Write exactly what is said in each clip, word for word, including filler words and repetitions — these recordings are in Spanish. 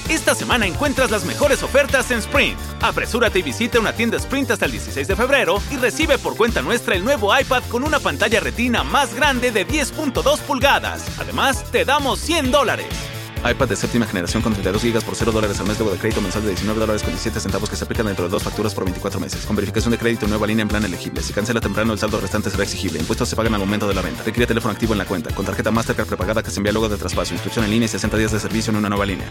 Esta semana encuentras las mejores ofertas en Sprint. Apresúrate y visita una tienda Sprint hasta el dieciséis de febrero y recibe por cuenta nuestra el nuevo iPad con una pantalla Retina más grande de diez punto dos pulgadas. Además, te damos cien dólares. iPad de séptima generación con treinta y dos gigas por cero dólares al mes, luego de crédito mensual de diecinueve dólares con diecisiete centavos que se aplican dentro de dos facturas por veinticuatro meses. Con verificación de crédito, nueva línea en plan elegible. Si cancela temprano, el saldo restante será exigible. Impuestos se pagan al momento de la venta. Requiere teléfono activo en la cuenta. Con tarjeta Mastercard prepagada que se envía luego de traspaso. Inscripción en línea y sesenta días de servicio en una nueva línea.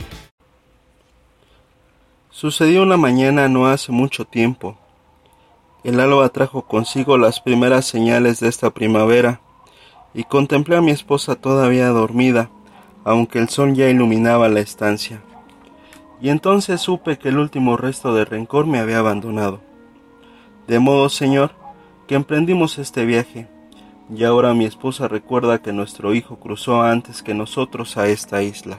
Sucedió una mañana no hace mucho tiempo. El alba trajo consigo las primeras señales de esta primavera, y contemplé a mi esposa todavía dormida, aunque el sol ya iluminaba la estancia. Y entonces supe que el último resto de rencor me había abandonado. De modo, Señor, que emprendimos este viaje, y ahora mi esposa recuerda que nuestro hijo cruzó antes que nosotros a esta isla.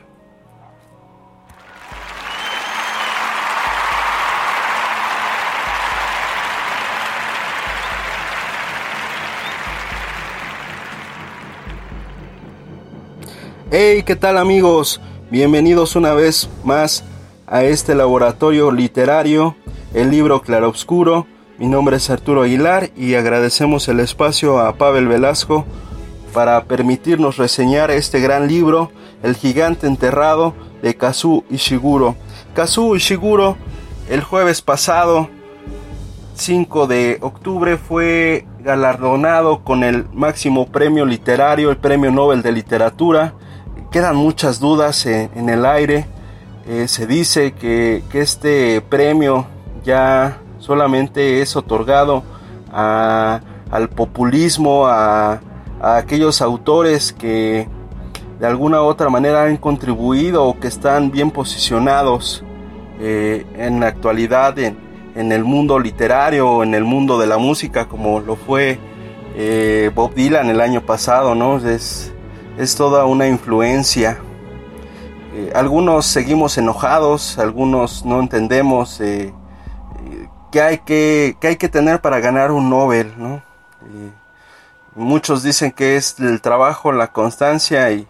Hey, ¿qué tal amigos? Bienvenidos una vez más a este laboratorio literario, el libro Claroscuro. Mi nombre es Arturo Aguilar y agradecemos el espacio a Pavel Velasco para permitirnos reseñar este gran libro, El gigante enterrado, de Kazuo Ishiguro. Kazuo Ishiguro, el jueves pasado, cinco de octubre, fue galardonado con el máximo premio literario, el Premio Nobel de Literatura. Quedan muchas dudas en, en el aire. Eh, se dice que, que este premio ya solamente es otorgado a, al populismo, a, a aquellos autores que de alguna u otra manera han contribuido o que están bien posicionados eh, en la actualidad en, en el mundo literario o en el mundo de la música, como lo fue eh, Bob Dylan el año pasado, ¿no? Es, es toda una influencia. Eh, algunos seguimos enojados, algunos no entendemos eh, eh, qué hay que, qué hay que tener para ganar un Nobel, ¿no? Eh, muchos dicen que es el trabajo, la constancia y,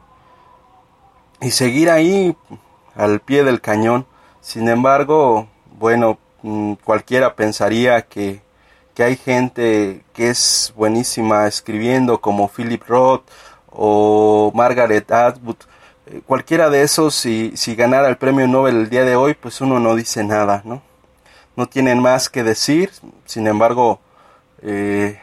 y seguir ahí al pie del cañón. Sin embargo, bueno, cualquiera pensaría que, que hay gente que es buenísima escribiendo, como Philip Roth o Margaret Atwood. Cualquiera de esos, si, si ganara el premio Nobel el día de hoy, pues uno no dice nada, ¿no? No tienen más que decir. Sin embargo, eh,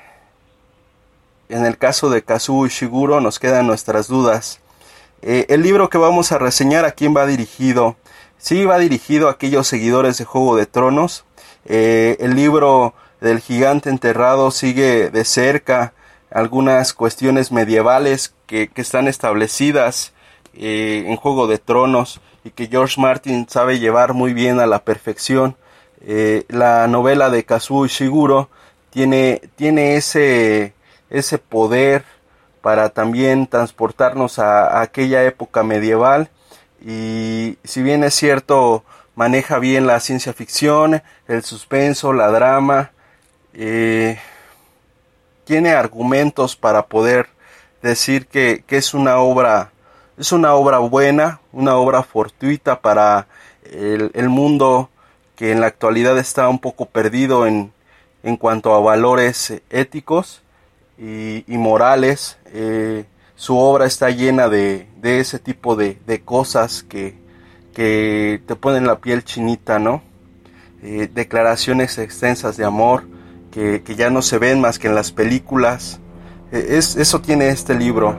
en el caso de Kazuo Ishiguro nos quedan nuestras dudas. Eh, el libro que vamos a reseñar, ¿a quién va dirigido? Sí, va dirigido a aquellos seguidores de Juego de Tronos. Eh, el libro del gigante enterrado sigue de cerca algunas cuestiones medievales que, que están establecidas eh, en Juego de Tronos y que George Martin sabe llevar muy bien a la perfección. Eh, la novela de Kazuo Ishiguro tiene, tiene ese, ese poder para también transportarnos a, a aquella época medieval. Y si bien es cierto, maneja bien la ciencia ficción, el suspenso, la drama, eh, tiene argumentos para poder decir que, que es una obra, es una obra buena, una obra fortuita para el, el mundo que en la actualidad está un poco perdido en, en cuanto a valores éticos y, y morales. Eh, su obra está llena de, de ese tipo de, de cosas que, que te ponen la piel chinita, ¿no? Eh, declaraciones extensas de amor que, que ya no se ven más que en las películas. Eh, es, eso tiene este libro.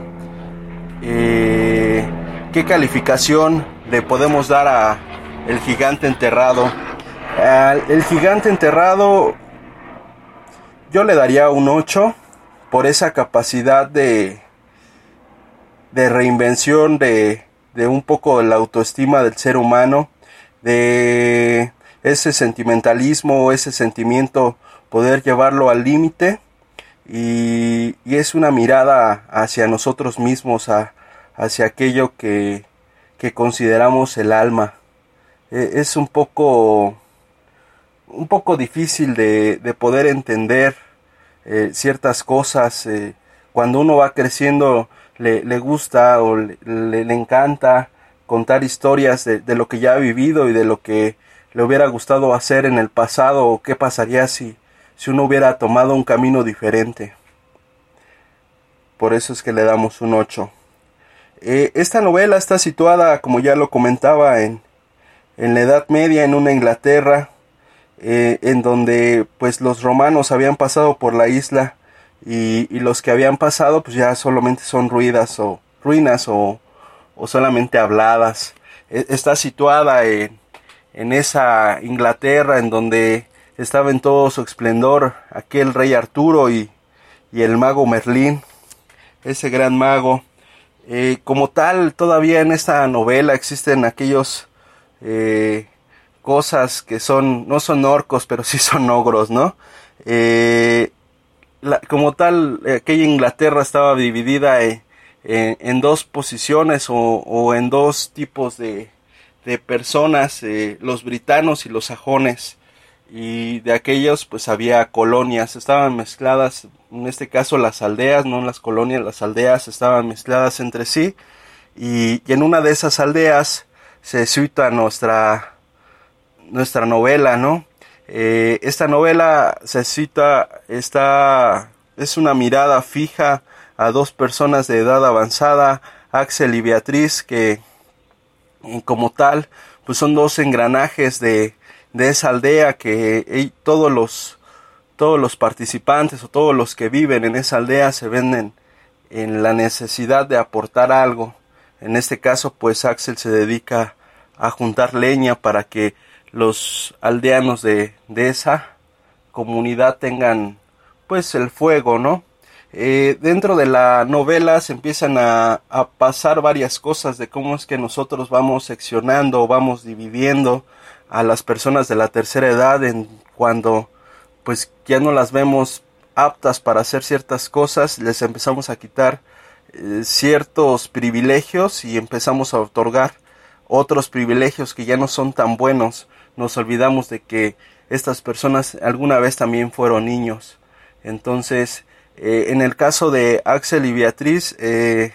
Eh, ¿Qué calificación le podemos dar a El gigante enterrado? Al El gigante enterrado yo le daría un ocho por esa capacidad de de reinvención de, de un poco la autoestima del ser humano, de ese sentimentalismo, ese sentimiento, poder llevarlo al límite, y, y es una mirada hacia nosotros mismos, a, hacia aquello que, que consideramos el alma. Eh, es un poco, un poco difícil de, de poder entender eh, ciertas cosas. Eh, cuando uno va creciendo, Le, le gusta o le, le, le encanta contar historias de, de lo que ya ha vivido y de lo que le hubiera gustado hacer en el pasado, o qué pasaría si, si uno hubiera tomado un camino diferente. Por eso es que le damos un ocho. Eh, esta novela está situada, como ya lo comentaba, en, en la Edad Media, en una Inglaterra, eh, en donde pues los romanos habían pasado por la isla, y, y los que habían pasado pues ya solamente son ruinas o, ruinas o, o solamente habladas. Eh, está situada en, en esa Inglaterra en donde estaba en todo su esplendor aquel rey Arturo y, y el mago Merlín, ese gran mago. Eh, como tal, todavía en esta novela existen aquellos eh, cosas que son, no son orcos, pero sí son ogros, ¿no? Eh, la, como tal, aquella Inglaterra estaba dividida en, en, en dos posiciones o, o en dos tipos de, de personas, eh, los britanos y los sajones. Y de aquellos pues había colonias, estaban mezcladas, en este caso las aldeas, no las colonias, las aldeas estaban mezcladas entre sí, y, y en una de esas aldeas se sitúa nuestra, nuestra novela, ¿no? Eh, esta novela se cita, está, es una mirada fija a dos personas de edad avanzada, Axel y Beatriz, que como tal pues son dos engranajes de de esa aldea, que eh, todos los todos los participantes o todos los que viven en esa aldea se ven en, en la necesidad de aportar algo. En este caso pues Axel se dedica a juntar leña para que los aldeanos de, de esa comunidad tengan pues el fuego, ¿no? Eh, dentro de la novela se empiezan a, a pasar varias cosas de cómo es que nosotros vamos seccionando o vamos dividiendo a las personas de la tercera edad, en cuando pues ya no las vemos aptas para hacer ciertas cosas, les empezamos a quitar eh, ciertos privilegios y empezamos a otorgar otros privilegios que ya no son tan buenos. Nos olvidamos de que estas personas alguna vez también fueron niños. Entonces, eh, en el caso de Axel y Beatriz, eh,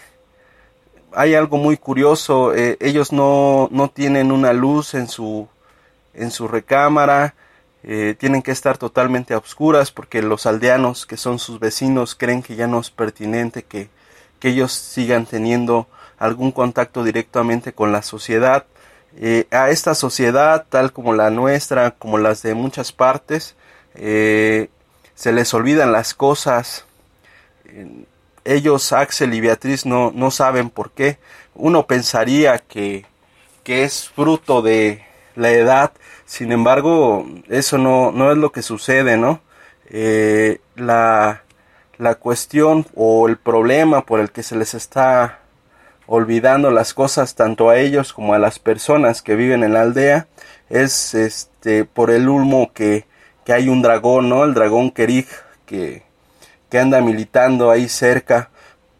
hay algo muy curioso. Eh, ellos no, no tienen una luz en su en su recámara, eh, tienen que estar totalmente a oscuras porque los aldeanos, que son sus vecinos, creen que ya no es pertinente que, que ellos sigan teniendo algún contacto directamente con la sociedad. Eh, a esta sociedad, tal como la nuestra, como las de muchas partes, eh, se les olvidan las cosas. Eh, ellos, Axel y Beatriz, no, no saben por qué. Uno pensaría que, que es fruto de la edad, sin embargo eso no, no es lo que sucede, ¿no? Eh, la, la cuestión o el problema por el que se les está olvidando las cosas tanto a ellos como a las personas que viven en la aldea es este por el humo que, que hay un dragón, ¿no? El dragón Kerig que, que anda militando ahí cerca,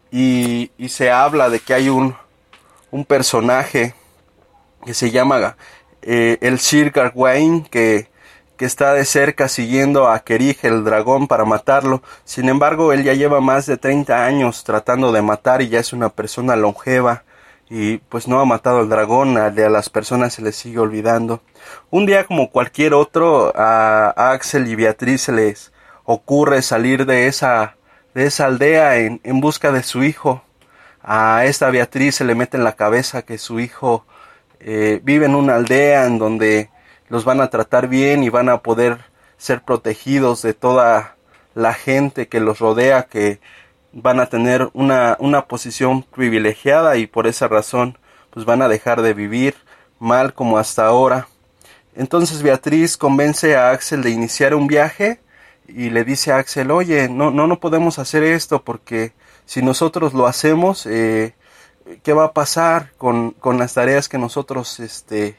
y, y se habla de que hay un, un personaje que se llama Eh, el Sir Gawain, que, que está de cerca siguiendo a Kerig el dragón para matarlo. Sin embargo, él ya lleva más de treinta años tratando de matar y ya es una persona longeva y pues no ha matado al dragón. A, a las personas se les sigue olvidando. Un día como cualquier otro, a, a Axel y Beatriz se les ocurre salir de esa, de esa aldea en, en busca de su hijo. A esta Beatriz se le mete en la cabeza que su hijo Eh, vive en una aldea en donde los van a tratar bien y van a poder ser protegidos de toda la gente que los rodea, que van a tener una, una posición privilegiada y por esa razón pues van a dejar de vivir mal como hasta ahora. Entonces Beatriz convence a Axel de iniciar un viaje y le dice a Axel, oye, no, no, no podemos hacer esto porque si nosotros lo hacemos, eh, ¿qué va a pasar con, con las tareas que nosotros este,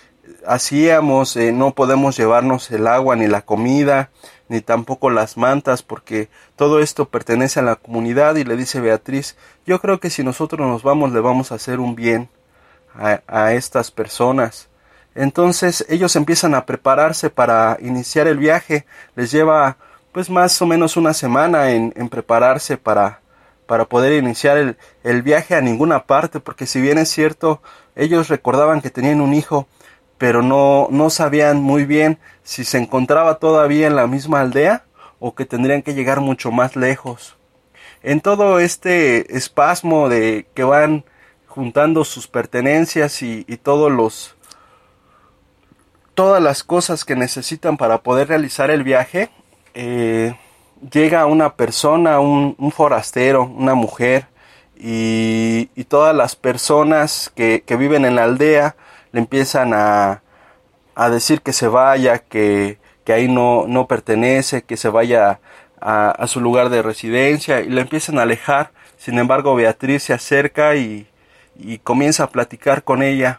hacíamos? Eh, no podemos llevarnos el agua, ni la comida, ni tampoco las mantas, porque todo esto pertenece a la comunidad. Y le dice Beatriz, yo creo que si nosotros nos vamos, le vamos a hacer un bien a, a estas personas. Entonces ellos empiezan a prepararse para iniciar el viaje. Les lleva pues más o menos una semana en, en prepararse para... para poder iniciar el, el viaje a ninguna parte, porque si bien es cierto, Ellos recordaban que tenían un hijo, pero no, no sabían muy bien si se encontraba todavía en la misma aldea o que tendrían que llegar mucho más lejos. En todo este espasmo de que van juntando sus pertenencias y, y todos los, todas las cosas que necesitan para poder realizar el viaje, eh, llega una persona, un, un forastero, una mujer, y, y todas las personas que, que viven en la aldea le empiezan a, a decir que se vaya, que, que ahí no, no pertenece, que se vaya a, a su lugar de residencia, y le empiezan a alejar. Sin embargo, Beatriz se acerca y, y comienza a platicar con ella.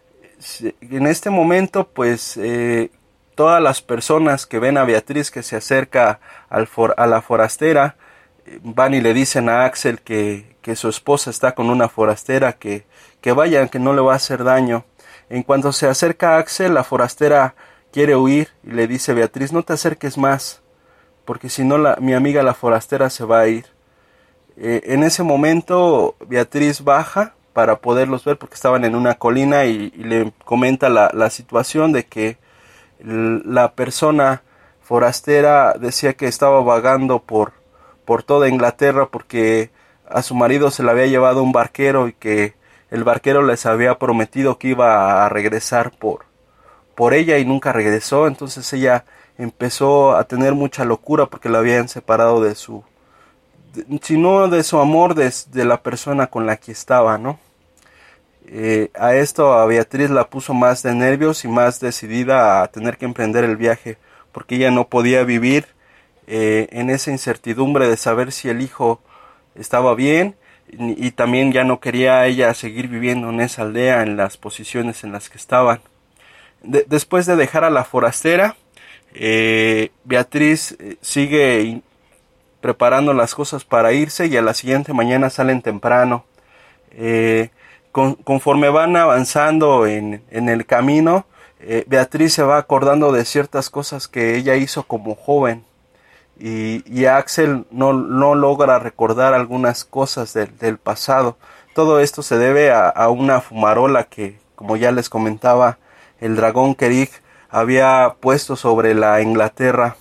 En este momento, pues, eh, todas las personas que ven a Beatriz que se acerca al for, a la forastera, eh, van y le dicen a Axel que, que su esposa está con una forastera, que, que vaya, que no le va a hacer daño. En cuanto se acerca a Axel, la forastera quiere huir y le dice: Beatriz, no te acerques más, porque si no la, mi amiga la forastera se va a ir. Eh, en ese momento Beatriz baja para poderlos ver, porque estaban en una colina, y, y le comenta la, la situación de que la persona forastera decía que estaba vagando por, por toda Inglaterra porque a su marido se le había llevado un barquero y que el barquero les había prometido que iba a regresar por, por ella y nunca regresó. Entonces ella empezó a tener mucha locura porque la habían separado de su, de, si no de su amor, de, de la persona con la que estaba, ¿no? Eh, a esto a Beatriz la puso más de nervios y más decidida a tener que emprender el viaje, porque ella no podía vivir eh, en esa incertidumbre de saber si el hijo estaba bien, y, y también ya no quería ella seguir viviendo en esa aldea en las posiciones en las que estaban. De, después de dejar a la forastera, eh, Beatriz eh, sigue preparando las cosas para irse, y a la siguiente mañana salen temprano. Eh, Con, conforme van avanzando en, en el camino, eh, Beatriz se va acordando de ciertas cosas que ella hizo como joven, y, y Axel no, no logra recordar algunas cosas de, del pasado. Todo esto se debe a, a una fumarola que, como ya les comentaba, el dragón Kerig había puesto sobre la Inglaterra.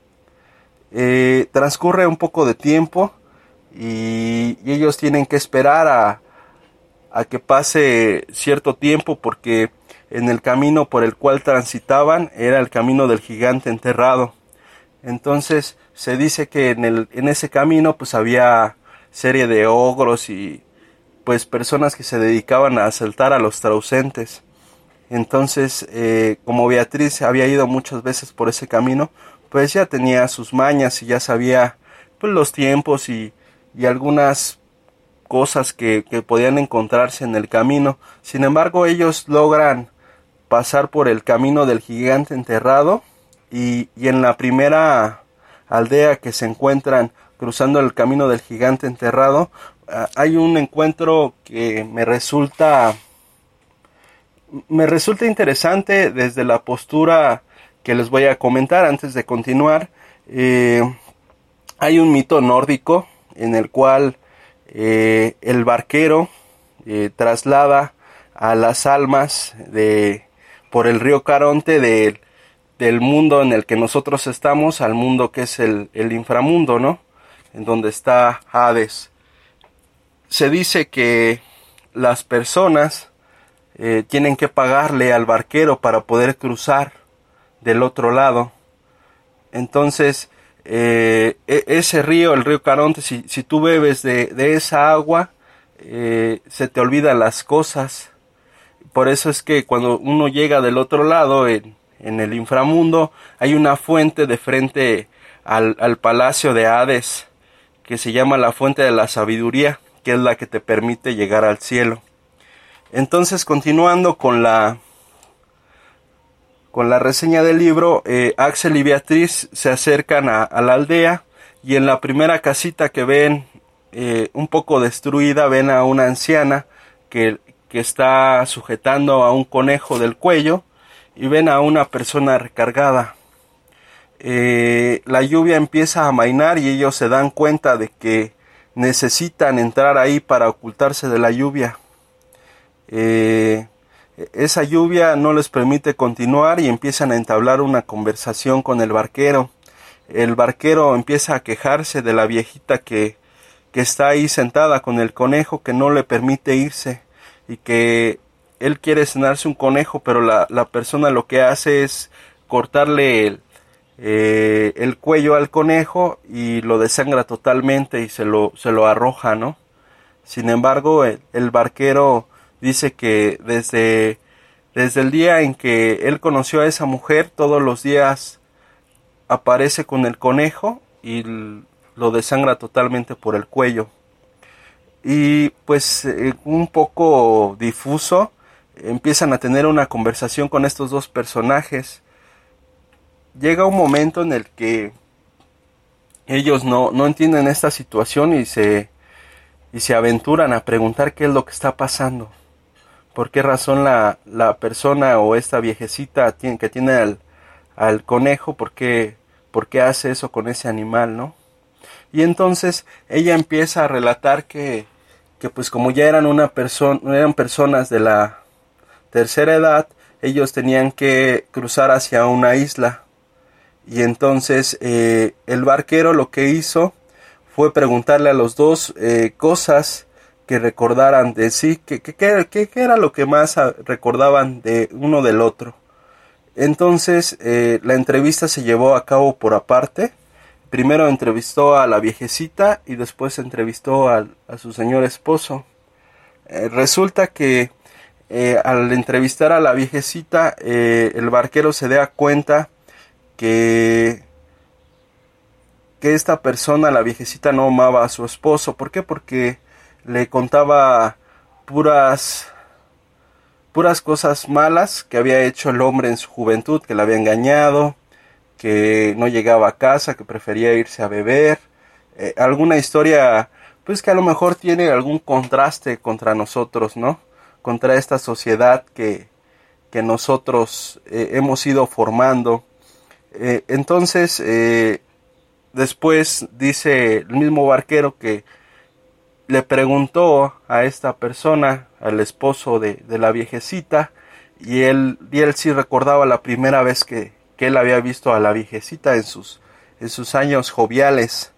Eh, transcurre un poco de tiempo y, y ellos tienen que esperar a a que pase cierto tiempo, porque en el camino por el cual transitaban era el camino del gigante enterrado. Entonces se dice que en, el, en ese camino pues había serie de ogros y pues personas que se dedicaban a asaltar a los trausentes. Entonces eh, como Beatriz había ido muchas veces por ese camino, pues ya tenía sus mañas y ya sabía pues los tiempos y, y algunas cosas que, que podían encontrarse en el camino. Sin embargo, ellos logran pasar por el camino del gigante enterrado, y, y en la primera aldea que se encuentran cruzando el camino del gigante enterrado, uh, hay un encuentro que me resulta me resulta interesante desde la postura que les voy a comentar antes de continuar. Eh, hay un mito nórdico en el cual Eh, el barquero eh, traslada a las almas de por el río Caronte de, del mundo en el que nosotros estamos al mundo que es el, el inframundo, ¿no? En donde está Hades. Se dice que las personas eh, tienen que pagarle al barquero para poder cruzar del otro lado. Entonces Eh, ese río, el río Caronte, si, si tú bebes de, de esa agua, eh, se te olvidan las cosas. Por eso es que cuando uno llega del otro lado, en, en el inframundo, hay una fuente de frente al, al palacio de Hades, que se llama la fuente de la sabiduría, que es la que te permite llegar al cielo. Entonces, continuando con la Con la reseña del libro, eh, Axel y Beatriz se acercan a, a la aldea, y en la primera casita que ven eh, un poco destruida, ven a una anciana que, que está sujetando a un conejo del cuello, y ven a una persona recargada. Eh, la lluvia empieza a amainar y ellos se dan cuenta de que necesitan entrar ahí para ocultarse de la lluvia. eh, esa lluvia no les permite continuar y empiezan a entablar una conversación con el barquero. El barquero empieza a quejarse de la viejita que, que está ahí sentada con el conejo, que no le permite irse, y que él quiere cenarse un conejo, pero la, la persona lo que hace es cortarle el, eh, el cuello al conejo y lo desangra totalmente y se lo, se lo arroja, ¿no? Sin embargo, el, el barquero dice que desde, desde el día en que él conoció a esa mujer, todos los días aparece con el conejo y lo desangra totalmente por el cuello. Y pues eh, un poco difuso, empiezan a tener una conversación con estos dos personajes. Llega un momento en el que ellos no, no entienden esta situación y se, y se aventuran a preguntar qué es lo que está pasando. ¿Por qué razón la, la persona o esta viejecita tiene, que tiene al, al conejo, por qué, por qué hace eso con ese animal, ¿no? Y entonces ella empieza a relatar que, que pues como ya eran una persona, eran personas de la tercera edad, ellos tenían que cruzar hacia una isla. Y entonces eh, el barquero lo que hizo fue preguntarle a los dos eh, cosas que recordaran de sí, que, que, que, que era lo que más recordaban de uno del otro. Entonces eh, la entrevista se llevó a cabo por aparte. Primero entrevistó a la viejecita y después entrevistó a, a su señor esposo. Eh, resulta que eh, al entrevistar a la viejecita, eh, el barquero se da cuenta que, que esta persona, la viejecita, no amaba a su esposo. ¿Por qué? Porque le contaba puras, puras cosas malas que había hecho el hombre en su juventud, que la había engañado, que no llegaba a casa, que prefería irse a beber, eh, alguna historia pues que a lo mejor tiene algún contraste contra nosotros, ¿no? Contra esta sociedad que, que nosotros eh, hemos ido formando. Eh, entonces, eh, después dice el mismo barquero que le preguntó a esta persona, al esposo de, de la viejecita, y él, y él sí recordaba la primera vez que, que él había visto a la viejecita en sus, en sus años joviales.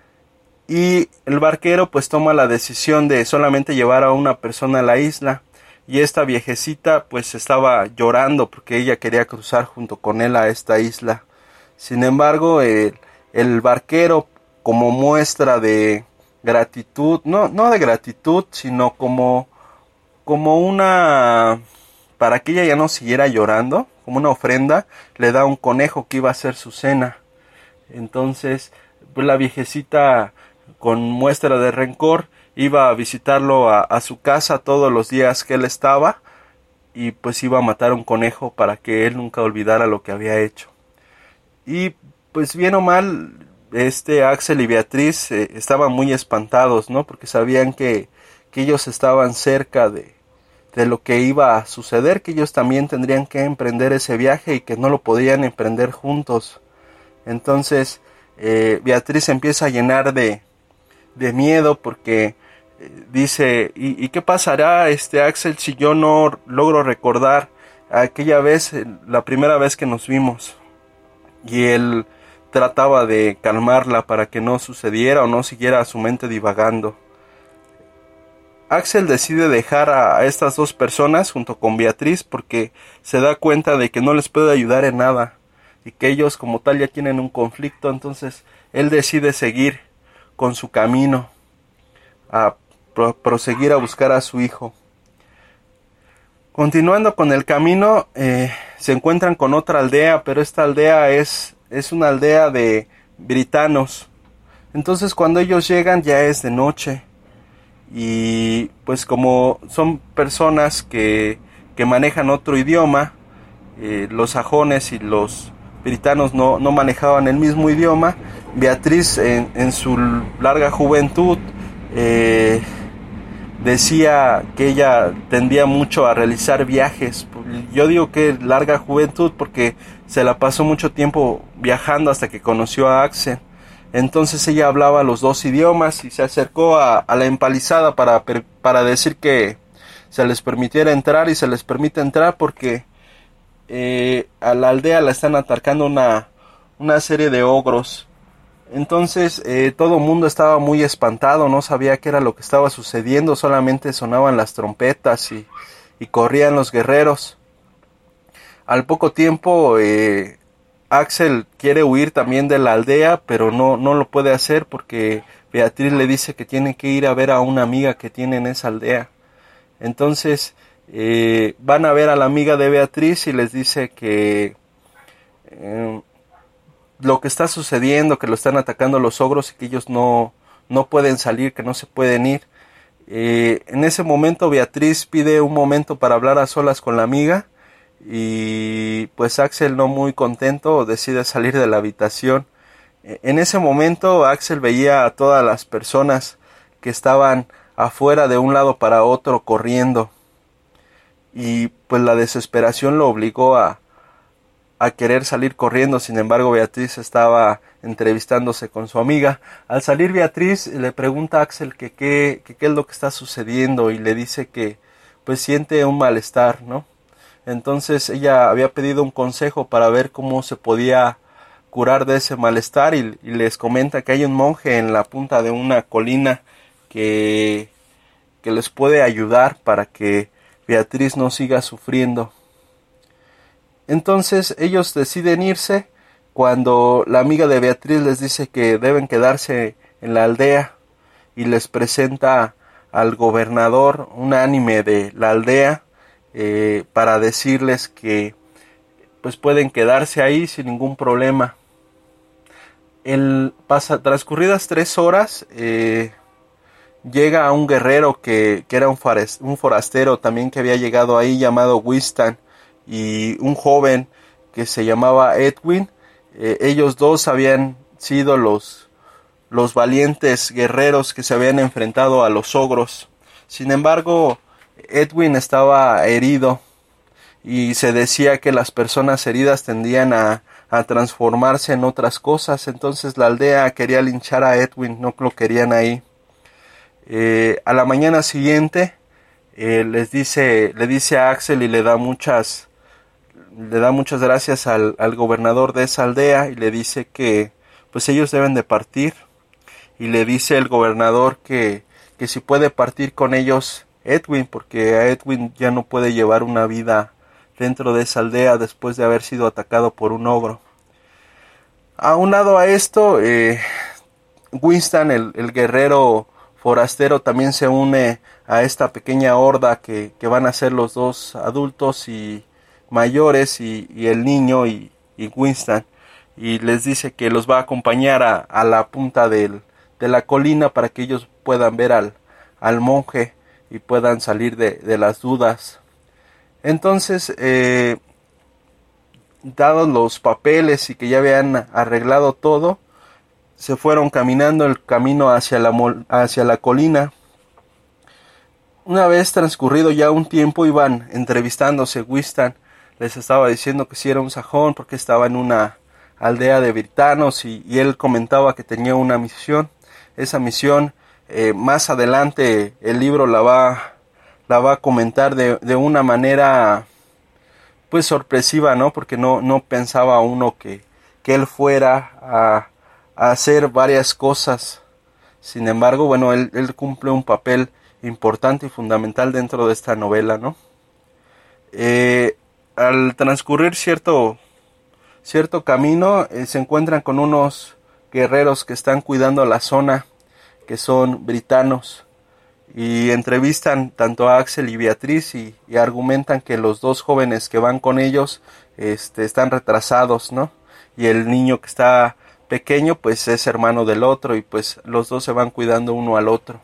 Y el barquero pues toma la decisión de solamente llevar a una persona a la isla, y esta viejecita pues estaba llorando porque ella quería cruzar junto con él a esta isla. Sin embargo, el, el barquero, como muestra de gratitud, no, no de gratitud, sino como, como una, para que ella ya no siguiera llorando, como una ofrenda, le da un conejo que iba a ser su cena. Entonces, pues la viejecita, con muestra de rencor, iba a visitarlo a, a su casa todos los días que él estaba, y pues iba a matar un conejo para que él nunca olvidara lo que había hecho. Y pues bien o mal, este Axel y Beatriz eh, estaban muy espantados, ¿no? Porque sabían que, que ellos estaban cerca de, de lo que iba a suceder, que ellos también tendrían que emprender ese viaje y que no lo podían emprender juntos. Entonces eh, Beatriz empieza a llenar de, de miedo porque eh, dice, ¿y, ¿y qué pasará, este Axel, si yo no logro recordar aquella vez, la primera vez que nos vimos? Y él trataba de calmarla para que no sucediera o no siguiera su mente divagando. Axel decide dejar a, a estas dos personas junto con Beatriz porque se da cuenta de que no les puede ayudar en nada y que ellos como tal ya tienen un conflicto. Entonces él decide seguir con su camino, a pro- proseguir a buscar a su hijo. Continuando con el camino, eh, se encuentran con otra aldea, pero esta aldea es, es una aldea de britanos. Entonces cuando ellos llegan ya es de noche, y pues como son personas que, que manejan otro idioma, eh, los sajones y los britanos no, no manejaban el mismo idioma. Beatriz en, en su larga juventud eh, decía que ella tendía mucho a realizar viajes. Yo digo que larga juventud porque se la pasó mucho tiempo viajando hasta que conoció a Axel. Entonces ella hablaba los dos idiomas y se acercó a, a la empalizada para, para decir que se les permitiera entrar, y se les permite entrar porque eh, a la aldea la están atacando una, una serie de ogros. Entonces eh, todo el mundo estaba muy espantado, no sabía qué era lo que estaba sucediendo, solamente sonaban las trompetas y, y corrían los guerreros. Al poco tiempo eh, Axel quiere huir también de la aldea, pero no, no lo puede hacer porque Beatriz le dice que tiene que ir a ver a una amiga que tiene en esa aldea. Entonces eh, van a ver a la amiga de Beatriz y les dice que eh, lo que está sucediendo, que lo están atacando los ogros y que ellos no, no pueden salir, que no se pueden ir. Eh, en ese momento Beatriz pide un momento para hablar a solas con la amiga, y pues Axel, no muy contento, decide salir de la habitación. En ese momento Axel veía a todas las personas que estaban afuera de un lado para otro corriendo, y pues la desesperación lo obligó a, a querer salir corriendo. Sin embargo, Beatriz estaba entrevistándose con su amiga. Al salir Beatriz le pregunta a Axel que qué que, que es lo que está sucediendo, y le dice que pues siente un malestar, ¿no? Entonces ella había pedido un consejo para ver cómo se podía curar de ese malestar, y, y les comenta que hay un monje en la punta de una colina que, que les puede ayudar para que Beatriz no siga sufriendo. Entonces ellos deciden irse, cuando la amiga de Beatriz les dice que deben quedarse en la aldea, y les presenta al gobernador un anime de la aldea, Eh, para decirles que pues pueden quedarse ahí sin ningún problema. El, pasa, transcurridas tres horas, eh, llega un guerrero que, que era un, fares, un forastero también que había llegado ahí, llamado Winston, y un joven que se llamaba Edwin. Eh, ellos dos habían sido los, los valientes guerreros que se habían enfrentado a los ogros. Sin embargo, Edwin estaba herido, y se decía que las personas heridas tendían a, a transformarse en otras cosas. Entonces la aldea quería linchar a Edwin, no lo querían ahí. Eh, a la mañana siguiente eh, les dice, le dice a Axel y le da muchas, le da muchas gracias al, al gobernador de esa aldea, y le dice que pues ellos deben de partir, y le dice el gobernador que, que si puede partir con ellos Edwin, porque a Edwin ya no puede llevar una vida dentro de esa aldea después de haber sido atacado por un ogro. Aunado a esto, eh, Winston, el, el guerrero forastero, también se une a esta pequeña horda que, que van a ser los dos adultos y mayores, y, y el niño y, y Winston, y les dice que los va a acompañar a, a la punta del, de la colina para que ellos puedan ver al, al monje y puedan salir de, de las dudas. Entonces, eh, dados los papeles y que ya habían arreglado todo, se fueron caminando el camino hacia la, hacia la colina. Una vez transcurrido ya un tiempo, iban entrevistándose. Winston les estaba diciendo que si era un sajón porque estaba en una aldea de britanos, y, y él comentaba que tenía una misión. Esa misión, Eh, más adelante el libro la va, la va a comentar de, de una manera pues sorpresiva, ¿no? Porque no, no pensaba uno que, que él fuera a, a hacer varias cosas. Sin embargo, bueno, él, él cumple un papel importante y fundamental dentro de esta novela, ¿no? Eh, al transcurrir cierto, cierto camino, eh, se encuentran con unos guerreros que están cuidando la zona, que son britanos, y entrevistan tanto a Axel y Beatriz, y, y argumentan que los dos jóvenes que van con ellos este, están retrasados, ¿no? Y el niño que está pequeño pues es hermano del otro, y pues los dos se van cuidando uno al otro.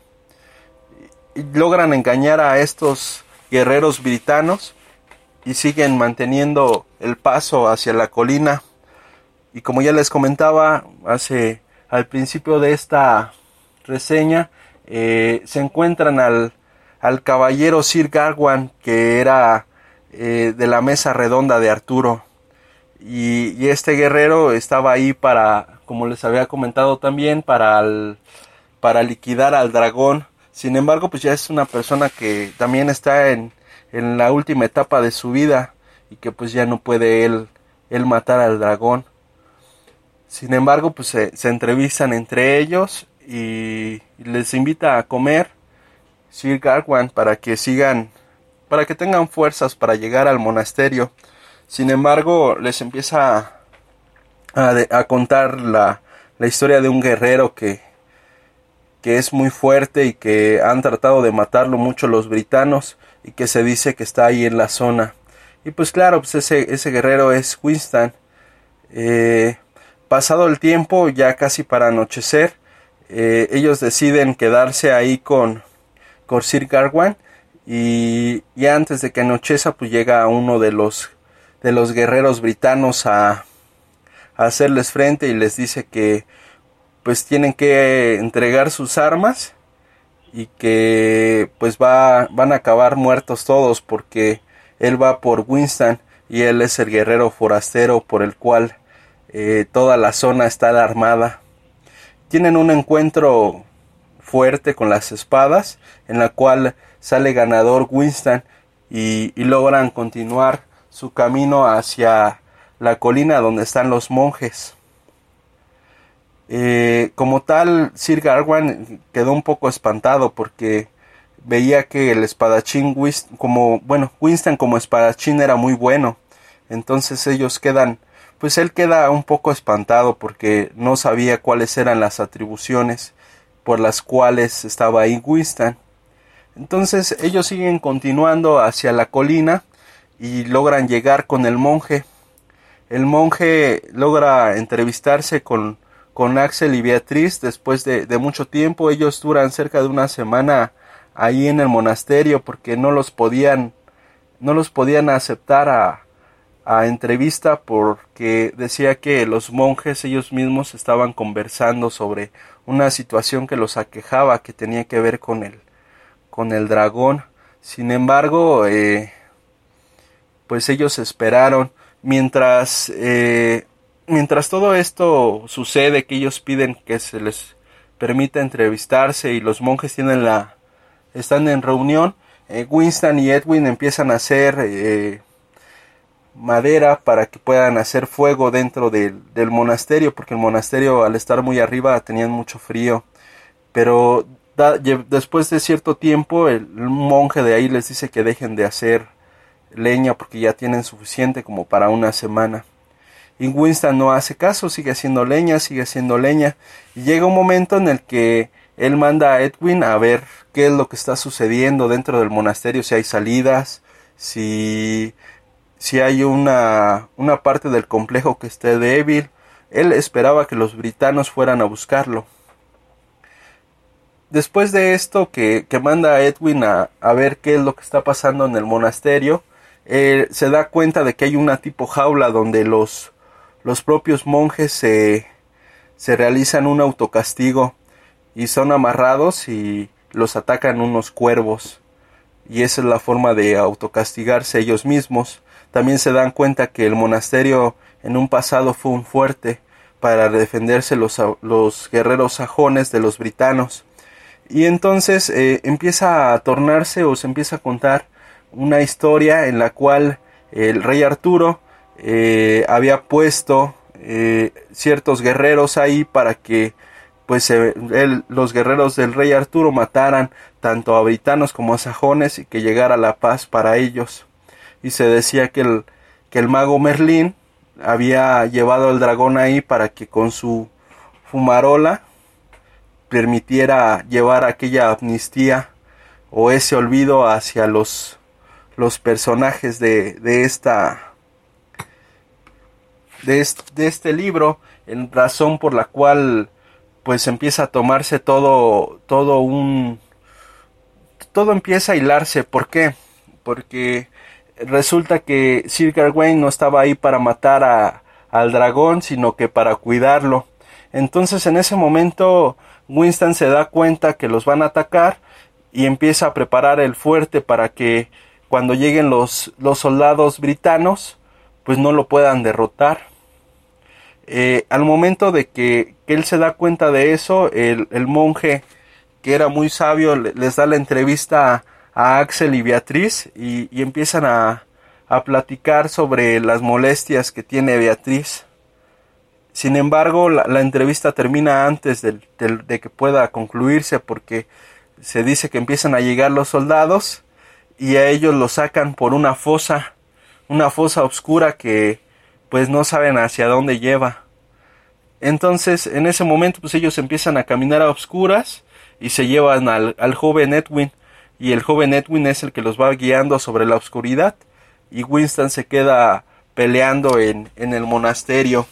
Y logran engañar a estos guerreros britanos y siguen manteniendo el paso hacia la colina. Y como ya les comentaba hace al principio de esta reseña, eh, se encuentran al, al caballero Sir Gawain, que era eh, de la mesa redonda de Arturo, y, y este guerrero estaba ahí para, como les había comentado también, para, el, para liquidar al dragón Sin embargo, pues ya es una persona que también está en, en la última etapa de su vida y que pues ya no puede él, él matar al dragón. Sin embargo, pues se, se entrevistan entre ellos y, y les invita a comer Sir Gawain para que sigan, para que tengan fuerzas para llegar al monasterio. Sin embargo, les empieza a, a, a contar la, la historia de un guerrero que, que es muy fuerte y que han tratado de matarlo mucho los britanos y que se dice que está ahí en la zona. Y pues claro, pues ese, ese guerrero es Winston. Eh, pasado el tiempo, ya casi para anochecer, eh, ellos deciden quedarse ahí con, con Sir Gawain y, y antes de que anocheza pues llega uno de los, de los guerreros britanos a, a hacerles frente y les dice que pues tienen que entregar sus armas y que pues va, van a acabar muertos todos porque él va por Winston y él es el guerrero forastero por el cual eh, toda la zona está alarmada. Tienen un encuentro fuerte con las espadas en la cual sale ganador Winston y, y logran continuar su camino hacia la colina donde están los monjes. Eh, como tal, Sir Gawain quedó un poco espantado porque veía que el espadachín Winston, como bueno, Winston como espadachín era muy bueno. Entonces ellos quedan, pues él queda un poco espantado porque no sabía cuáles eran las atribuciones por las cuales estaba ahí Winston. Entonces ellos siguen continuando hacia la colina y logran llegar con el monje. El monje logra entrevistarse con con Axel y Beatriz después de, de mucho tiempo. Ellos duran cerca de una semana ahí en el monasterio porque no los podían no los podían aceptar a, a entrevista porque decía que los monjes ellos mismos estaban conversando sobre una situación que los aquejaba que tenía que ver con el con el dragón. Sin embargo, eh, pues ellos esperaron mientras eh, Mientras todo esto sucede, que ellos piden que se les permita entrevistarse y los monjes tienen la están en reunión, eh, Winston y Edwin empiezan a hacer eh, madera para que puedan hacer fuego dentro del, del monasterio, porque el monasterio al estar muy arriba tenían mucho frío. Pero da, después de cierto tiempo el, el monje de ahí les dice que dejen de hacer leña porque ya tienen suficiente como para una semana. Y Winston no hace caso, sigue haciendo leña, sigue haciendo leña. Y llega un momento en el que él manda a Edwin a ver qué es lo que está sucediendo dentro del monasterio, si hay salidas, si, si hay una, una parte del complejo que esté débil. Él esperaba que los britanos fueran a buscarlo. Después de esto que, que manda a Edwin a, a ver qué es lo que está pasando en el monasterio, eh, se da cuenta de que hay una tipo jaula donde los Los propios monjes se, se realizan un autocastigo y son amarrados y los atacan unos cuervos. Y esa es la forma de autocastigarse ellos mismos. También se dan cuenta que el monasterio en un pasado fue un fuerte para defenderse los, los guerreros sajones de los britanos. Y entonces eh, empieza a tornarse o se empieza a contar una historia en la cual el rey Arturo Eh, había puesto eh, ciertos guerreros ahí para que pues eh, él, los guerreros del rey Arturo mataran tanto a britanos como a sajones y que llegara la paz para ellos. Y se decía que el, que el mago Merlín había llevado al dragón ahí para que con su fumarola permitiera llevar aquella amnistía o ese olvido hacia los, los personajes de, de esta De este, de este libro, en razón por la cual pues empieza a tomarse todo todo un todo empieza a hilarse. ¿Por qué? Porque resulta que Sir Gawain no estaba ahí para matar a, al dragón, sino que para cuidarlo. Entonces en ese momento Winston se da cuenta que los van a atacar y empieza a preparar el fuerte para que cuando lleguen los, los soldados britanos pues no lo puedan derrotar. Eh, al momento de que, que él se da cuenta de eso, el, el monje que era muy sabio, les da la entrevista a, a Axel y Beatriz y, y empiezan a, a platicar sobre las molestias que tiene Beatriz. Sin embargo, la, la entrevista termina antes de, de, de que pueda concluirse, porque se dice que empiezan a llegar los soldados y a ellos los sacan por una fosa, una fosa oscura que pues no saben hacia dónde lleva. Entonces, en ese momento, pues ellos empiezan a caminar a oscuras y se llevan al, al joven Edwin, y el joven Edwin es el que los va guiando sobre la oscuridad, y Winston se queda peleando en, en el monasterio.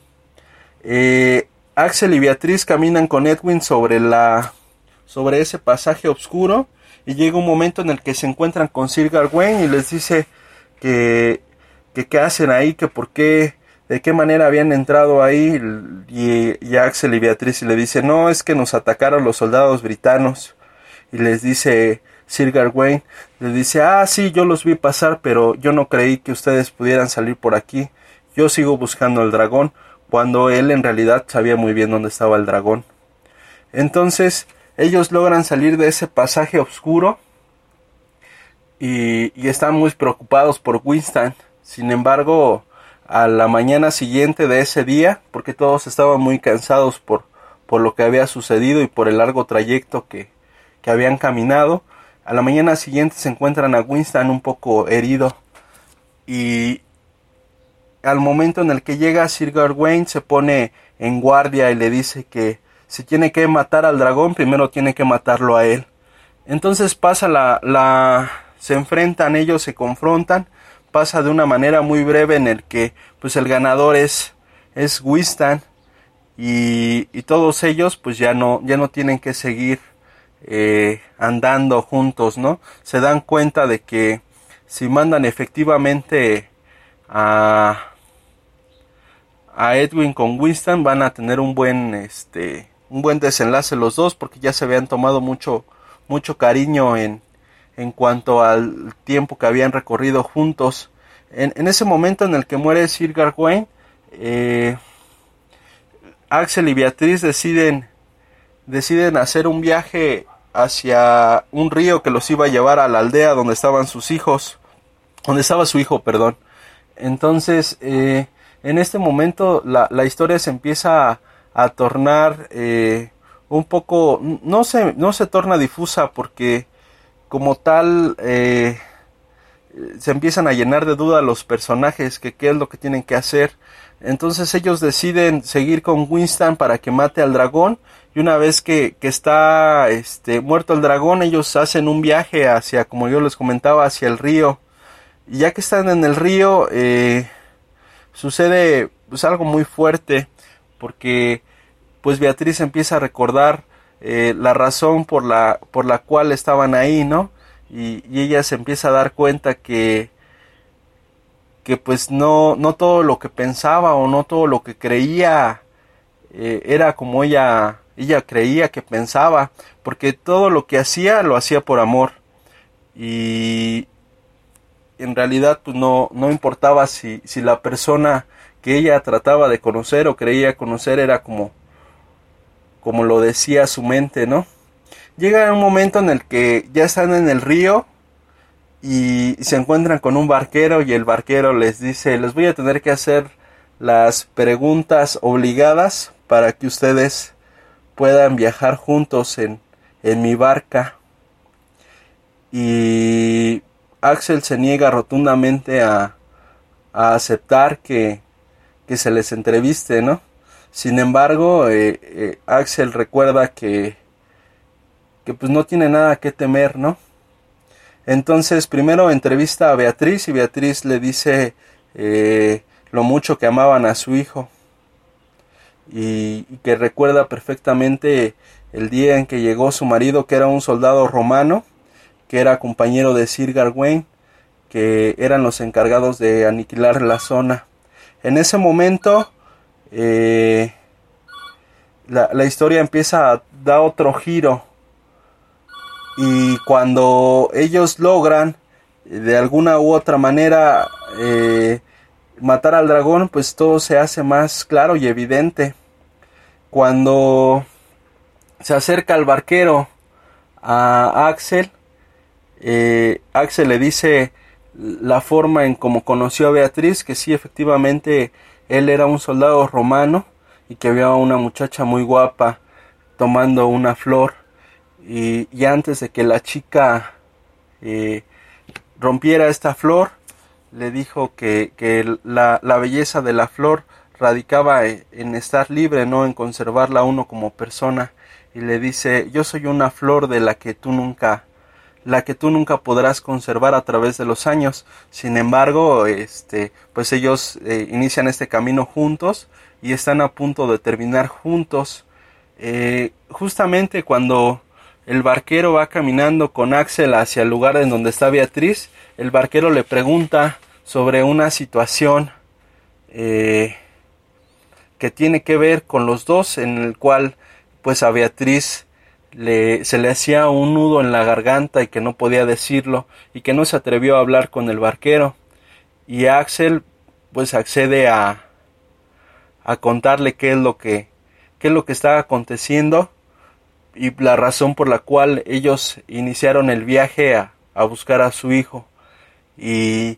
Eh, Axel y Beatriz caminan con Edwin sobre la sobre ese pasaje oscuro, y llega un momento en el que se encuentran con Sir Gawain y les dice que que qué hacen ahí, que por qué, de qué manera habían entrado ahí, y, y Axel y Beatriz y le dice, no, es que nos atacaron los soldados britanos. Y les dice Sir Gawain, les dice, ah, sí, yo los vi pasar, pero yo no creí que ustedes pudieran salir por aquí, yo sigo buscando al dragón, cuando él en realidad sabía muy bien dónde estaba el dragón. Entonces ellos logran salir de ese pasaje oscuro y, y están muy preocupados por Winston. Sin embargo, a la mañana siguiente de ese día, porque todos estaban muy cansados por, por lo que había sucedido y por el largo trayecto que, que habían caminado, a la mañana siguiente se encuentran a Winston un poco herido, y al momento en el que llega Sir Gawain se pone en guardia y le dice que si tiene que matar al dragón, primero tiene que matarlo a él. Entonces pasa la, la se enfrentan, ellos se confrontan, pasa de una manera muy breve en el que pues el ganador es, es Winston, y, y todos ellos pues ya no, ya no tienen que seguir eh, andando juntos, ¿no? Se dan cuenta de que si mandan efectivamente a a Edwin con Winston, van a tener un buen este un buen desenlace los dos, porque ya se habían tomado mucho mucho cariño en en cuanto al tiempo que habían recorrido juntos. En, en ese momento en el que muere Sir Gawain, eh, Axel y Beatriz deciden deciden hacer un viaje hacia un río que los iba a llevar a la aldea donde estaban sus hijos, donde estaba su hijo, perdón. Entonces, eh, en este momento la, la historia se empieza a, a tornar eh, un poco, no se, no se torna difusa, porque como tal eh, se empiezan a llenar de duda los personajes, que qué es lo que tienen que hacer. Entonces ellos deciden seguir con Winston para que mate al dragón, y una vez que, que está este, muerto el dragón, ellos hacen un viaje hacia, como yo les comentaba, hacia el río. Y ya que están en el río, eh, sucede pues algo muy fuerte, porque pues Beatriz empieza a recordar eh, la razón por la por la cual estaban ahí, ¿no? Y, y ella se empieza a dar cuenta que que pues no no todo lo que pensaba o no todo lo que creía eh, era como ella ella creía que pensaba, porque todo lo que hacía lo hacía por amor, y en realidad pues no no importaba si si la persona que ella trataba de conocer o creía conocer era como como lo decía su mente, ¿no? Llega un momento en el que ya están en el río y se encuentran con un barquero, y el barquero les dice, les voy a tener que hacer las preguntas obligadas para que ustedes puedan viajar juntos en, en mi barca. Y Axel se niega rotundamente a, a aceptar que, que se les entreviste, ¿no? Sin embargo, eh, eh, Axel recuerda que, que pues no tiene nada que temer, ¿no? Entonces primero entrevista a Beatriz, y Beatriz le dice eh, lo mucho que amaban a su hijo, y, y que recuerda perfectamente el día en que llegó su marido, que era un soldado romano, que era compañero de Sir Gawain, que eran los encargados de aniquilar la zona. En ese momento eh, la, la historia empieza a dar otro giro, y cuando ellos logran de alguna u otra manera eh, matar al dragón, pues todo se hace más claro y evidente. Cuando se acerca al barquero a Axel. Eh, Axel le dice la forma en cómo conoció a Beatriz, que sí, efectivamente él era un soldado romano y que había una muchacha muy guapa tomando una flor, y, y antes de que la chica eh, rompiera esta flor, le dijo que, que la, la belleza de la flor radicaba en estar libre, no en conservarla uno como persona, y le dice: yo soy una flor de la que tú nunca la que tú nunca podrás conservar a través de los años. Sin embargo, este, pues ellos eh, inician este camino juntos y están a punto de terminar juntos. Eh, justamente cuando el barquero va caminando con Axel hacia el lugar en donde está Beatriz, el barquero le pregunta sobre una situación eh, que tiene que ver con los dos, en el cual pues a Beatriz Le, se le hacía un nudo en la garganta y que no podía decirlo, y que no se atrevió a hablar con el barquero, y Axel pues accede a, a contarle qué es lo que qué es lo que está aconteciendo y la razón por la cual ellos iniciaron el viaje a, a buscar a su hijo. Y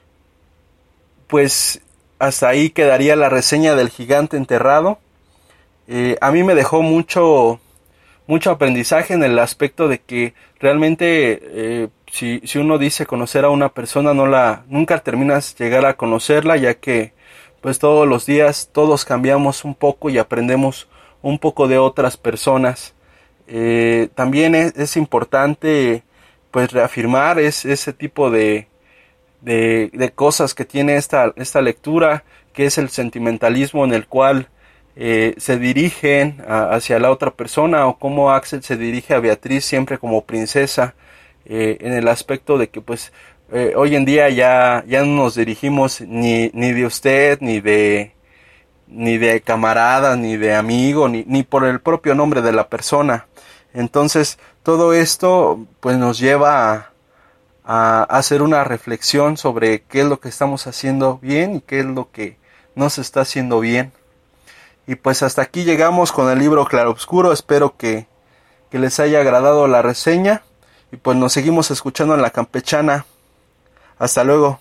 pues hasta ahí quedaría la reseña del Gigante Enterrado. Eh, a mí me dejó mucho mucho aprendizaje en el aspecto de que realmente eh, si, si uno dice conocer a una persona, no la nunca terminas llegar a conocerla, ya que pues todos los días todos cambiamos un poco y aprendemos un poco de otras personas. Eh, también es, es importante pues reafirmar es, ese tipo de, de, de cosas que tiene esta, esta lectura, que es el sentimentalismo en el cual Eh, se dirigen a, hacia la otra persona, o cómo Axel se dirige a Beatriz siempre como princesa, eh, en el aspecto de que pues eh, hoy en día ya, ya no nos dirigimos ni, ni de usted, ni de ni de camarada, ni de amigo, ni, ni por el propio nombre de la persona. Entonces todo esto pues nos lleva a, a hacer una reflexión sobre qué es lo que estamos haciendo bien y qué es lo que no se está haciendo bien. Y pues hasta aquí llegamos con el libro Claroscuro. Espero que, que les haya agradado la reseña. Y pues nos seguimos escuchando en La Campechana. Hasta luego.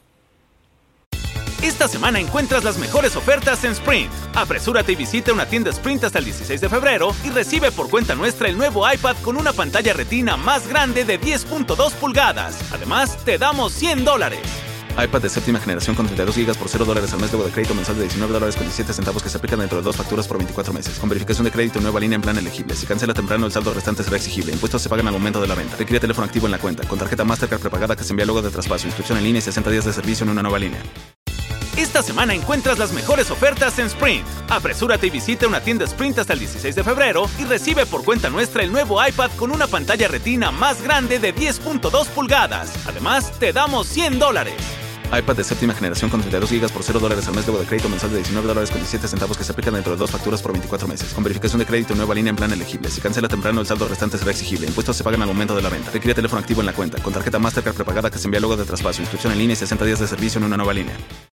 Esta semana encuentras las mejores ofertas en Sprint. Apresúrate y visita una tienda Sprint hasta el dieciséis de febrero y recibe por cuenta nuestra el nuevo iPad con una pantalla retina más grande de diez punto dos pulgadas. Además, te damos cien dólares. iPad de séptima generación con treinta y dos gigas por cero dólares al mes, luego de crédito mensual de diecinueve dólares con diecisiete centavos que se aplican dentro de dos facturas por veinticuatro meses. Con verificación de crédito, nueva línea en plan elegible. Si cancela temprano, el saldo restante será exigible. Impuestos se pagan al momento de la venta. Requiere teléfono activo en la cuenta. Con tarjeta Mastercard prepagada que se envía luego de traspaso. Inscripción en línea y sesenta días de servicio en una nueva línea. Esta semana encuentras las mejores ofertas en Sprint. Apresúrate y visita una tienda Sprint hasta el dieciséis de febrero y recibe por cuenta nuestra el nuevo iPad con una pantalla retina más grande de diez punto dos pulgadas. Además, te damos cien dólares. iPad de séptima generación con treinta y dos gigas por cero dólares al mes, luego de crédito mensual de diecinueve dólares con diecisiete centavos que se aplican dentro de dos facturas por veinticuatro meses. Con verificación de crédito, nueva línea en plan elegible. Si cancela temprano, el saldo restante será exigible. Impuestos se pagan al momento de la venta. Requiere teléfono activo en la cuenta. Con tarjeta Mastercard prepagada que se envía luego de traspaso. Inscripción en línea y sesenta días de servicio en una nueva línea.